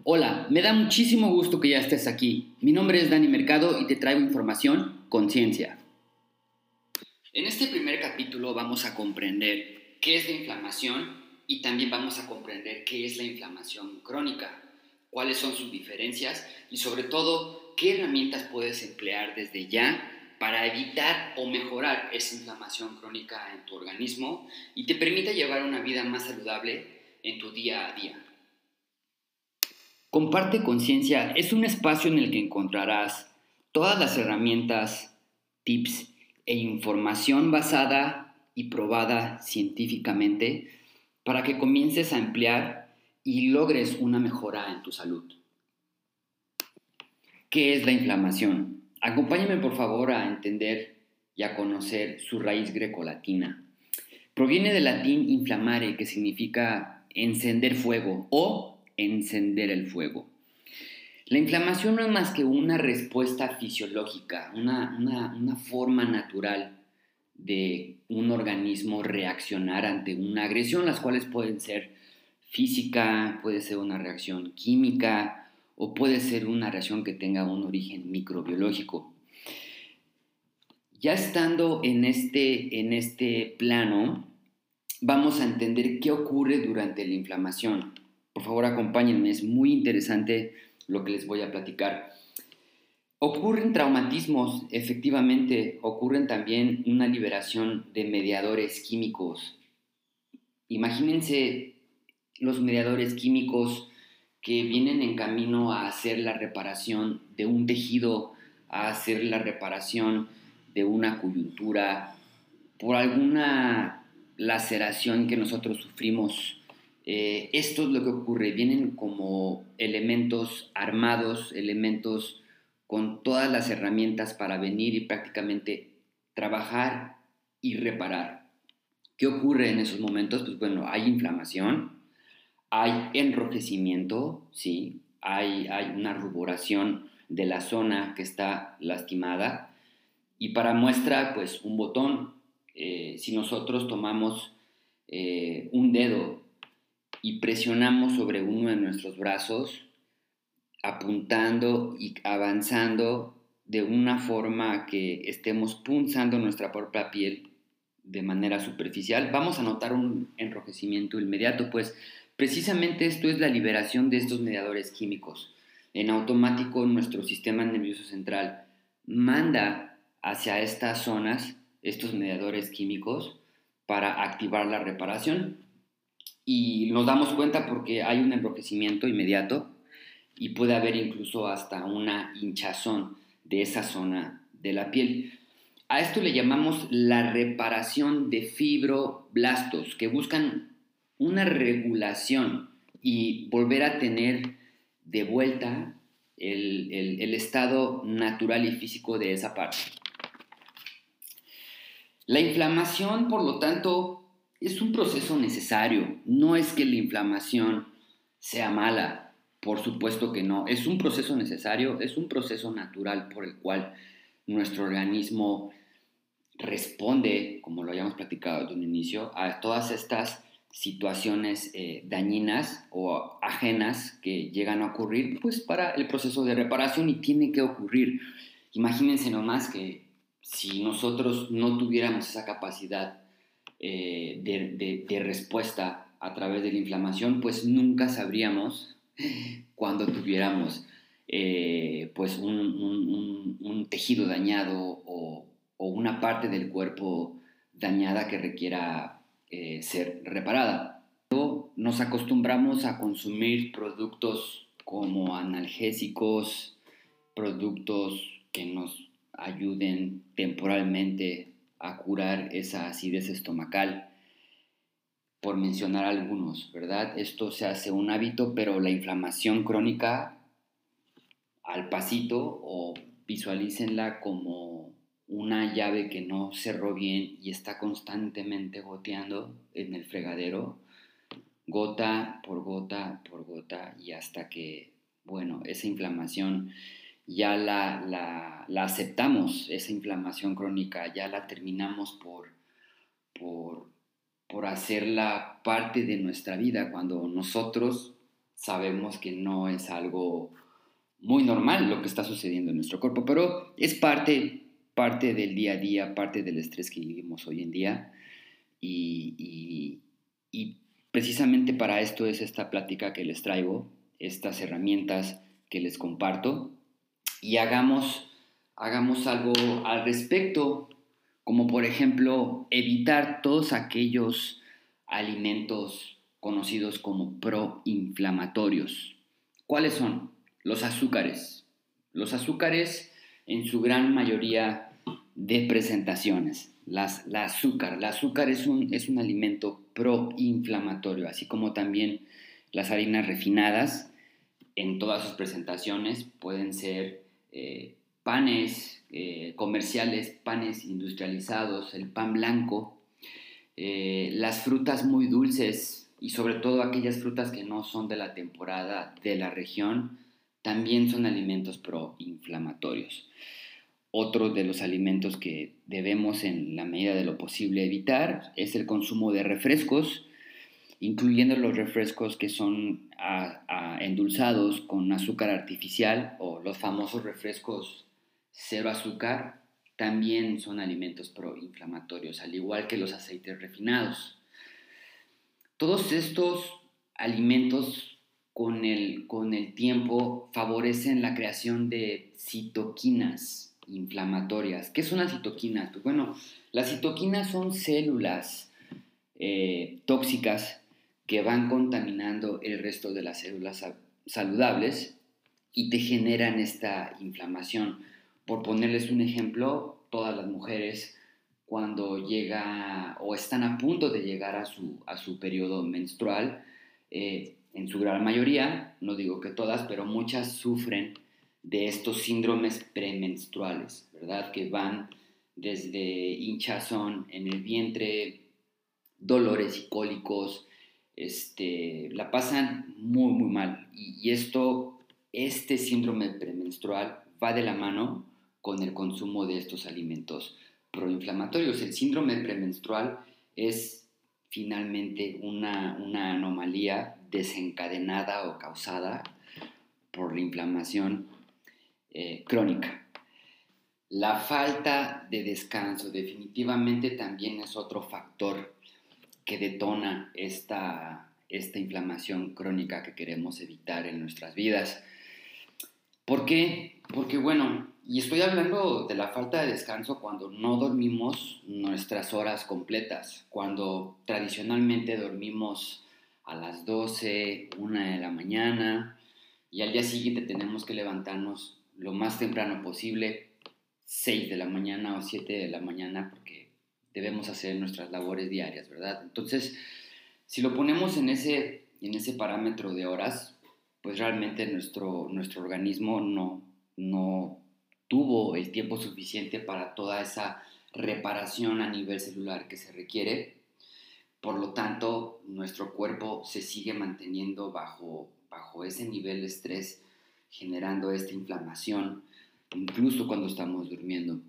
Hola, me da muchísimo gusto que ya estés aquí. Mi nombre es Dani Mercado y te traigo información con ciencia. En este primer capítulo vamos a comprender qué es la inflamación y también vamos a comprender qué es la inflamación crónica, cuáles son sus diferencias y sobre todo qué herramientas puedes emplear desde ya para evitar o mejorar esa inflamación crónica en tu organismo y te permita llevar una vida más saludable en tu día a día. Comparte Conciencia es un espacio en el que encontrarás todas las herramientas, tips e información basada y probada científicamente para que comiences a emplear y logres una mejora en tu salud. ¿Qué es la inflamación? Acompáñame por favor a entender y a conocer su raíz grecolatina. Proviene del latín inflamare, que significa encender fuego o encender el fuego. La inflamación no es más que una respuesta fisiológica, una forma natural de un organismo reaccionar ante una agresión, las cuales pueden ser física, puede ser una reacción química o puede ser una reacción que tenga un origen microbiológico. Ya estando en este plano, vamos a entender qué ocurre durante la inflamación. Por favor, acompáñenme, es muy interesante lo que les voy a platicar. Ocurren traumatismos, efectivamente, ocurren también una liberación de mediadores químicos. Imagínense los mediadores químicos que vienen en camino a hacer la reparación de un tejido, a hacer la reparación de una coyuntura, por alguna laceración que nosotros sufrimos. Esto es lo que ocurre, vienen como elementos armados, elementos con todas las herramientas para venir y prácticamente trabajar y reparar. ¿Qué ocurre en esos momentos? Pues bueno, hay inflamación, hay enrojecimiento, ¿sí? Hay una ruboración de la zona que está lastimada y para muestra, pues un botón. Si nosotros tomamos un dedo y presionamos sobre uno de nuestros brazos, apuntando y avanzando de una forma que estemos punzando nuestra propia piel de manera superficial, vamos a notar un enrojecimiento inmediato, pues precisamente esto es la liberación de estos mediadores químicos. En automático nuestro sistema nervioso central manda hacia estas zonas estos mediadores químicos para activar la reparación y nos damos cuenta porque hay un enrojecimiento inmediato y puede haber incluso hasta una hinchazón de esa zona de la piel. A esto le llamamos la reparación de fibroblastos, que buscan una regulación y volver a tener de vuelta el estado natural y físico de esa parte. La inflamación, por lo tanto, es un proceso necesario. No es que la inflamación sea mala, por supuesto que no. Es un proceso necesario, es un proceso natural por el cual nuestro organismo responde, como lo habíamos platicado desde un inicio, a todas estas situaciones dañinas o ajenas que llegan a ocurrir, pues para el proceso de reparación y tiene que ocurrir. Imagínense nomás que si nosotros no tuviéramos esa capacidad de respuesta a través de la inflamación, pues nunca sabríamos cuando tuviéramos pues un tejido dañado o una parte del cuerpo dañada que requiera ser reparada. Nos acostumbramos a consumir productos como analgésicos, productos que nos ayuden temporalmente a curar esa acidez estomacal, por mencionar algunos, ¿verdad? Esto se hace un hábito, pero la inflamación crónica, al pasito, o visualícenla como una llave que no cerró bien y está constantemente goteando en el fregadero, gota por gota por gota, y hasta que, bueno, esa inflamación ya la aceptamos, esa inflamación crónica, ya la terminamos por hacerla parte de nuestra vida, cuando nosotros sabemos que no es algo muy normal lo que está sucediendo en nuestro cuerpo, pero es parte del día a día, parte del estrés que vivimos hoy en día y precisamente para esto es esta plática que les traigo, estas herramientas que les comparto y hagamos algo al respecto, como por ejemplo evitar todos aquellos alimentos conocidos como proinflamatorios. ¿Cuáles son? Los azúcares. Los azúcares en su gran mayoría de presentaciones. La azúcar es un alimento proinflamatorio, así como también las harinas refinadas en todas sus presentaciones pueden ser panes comerciales, panes industrializados, el pan blanco, las frutas muy dulces y sobre todo aquellas frutas que no son de la temporada de la región, también son alimentos proinflamatorios. Otro de los alimentos que debemos en la medida de lo posible evitar es el consumo de refrescos, incluyendo los refrescos que son endulzados con azúcar artificial o los famosos refrescos cero azúcar, también son alimentos proinflamatorios, al igual que los aceites refinados. Todos estos alimentos con el tiempo favorecen la creación de citoquinas inflamatorias. ¿Qué son las citoquinas? Pues bueno, las citoquinas son células tóxicas que van contaminando el resto de las células saludables y te generan esta inflamación. Por ponerles un ejemplo, todas las mujeres cuando llega o están a punto de llegar a su periodo menstrual, en su gran mayoría, no digo que todas, pero muchas sufren de estos síndromes premenstruales, ¿verdad? Que van desde hinchazón en el vientre, dolores y cólicos, la pasan muy, muy mal. Y este síndrome premenstrual va de la mano con el consumo de estos alimentos proinflamatorios. El síndrome premenstrual es finalmente una anomalía desencadenada o causada por la inflamación crónica. La falta de descanso definitivamente también es otro factor que detona esta inflamación crónica que queremos evitar en nuestras vidas. ¿Por qué? Porque bueno, y estoy hablando de la falta de descanso cuando no dormimos nuestras horas completas, cuando tradicionalmente dormimos a las 12, 1 de la mañana y al día siguiente tenemos que levantarnos lo más temprano posible, 6 de la mañana o 7 de la mañana, porque debemos hacer nuestras labores diarias, ¿verdad? Entonces, si lo ponemos en ese parámetro de horas, pues realmente nuestro organismo no tuvo el tiempo suficiente para toda esa reparación a nivel celular que se requiere. Por lo tanto, nuestro cuerpo se sigue manteniendo bajo ese nivel de estrés, generando esta inflamación, incluso cuando estamos durmiendo.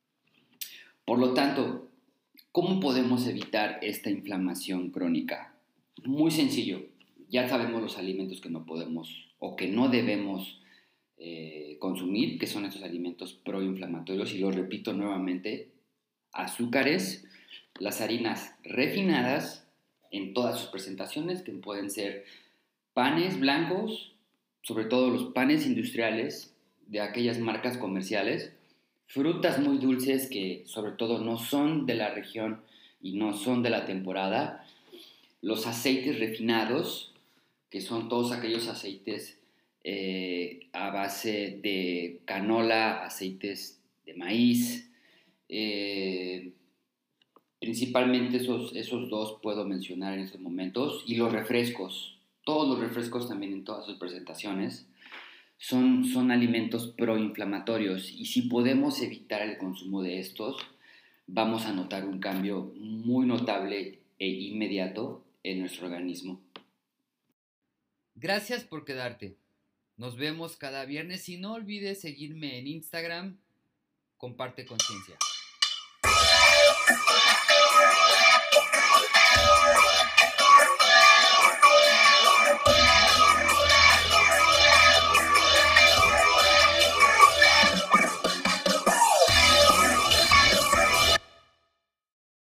Por lo tanto, ¿cómo podemos evitar esta inflamación crónica? Muy sencillo. Ya sabemos los alimentos que no podemos o que no debemos consumir, que son estos alimentos proinflamatorios, y lo repito nuevamente: azúcares, las harinas refinadas en todas sus presentaciones, que pueden ser panes blancos, sobre todo los panes industriales de aquellas marcas comerciales, frutas muy dulces que sobre todo no son de la región y no son de la temporada, los aceites refinados, que son todos aquellos aceites a base de canola, aceites de maíz, principalmente esos dos puedo mencionar en estos momentos, y los refrescos, todos los refrescos también en todas sus presentaciones, son alimentos proinflamatorios, y si podemos evitar el consumo de estos, vamos a notar un cambio muy notable e inmediato en nuestro organismo. Gracias por quedarte. Nos vemos cada viernes y no olvides seguirme en Instagram. Comparte Conciencia.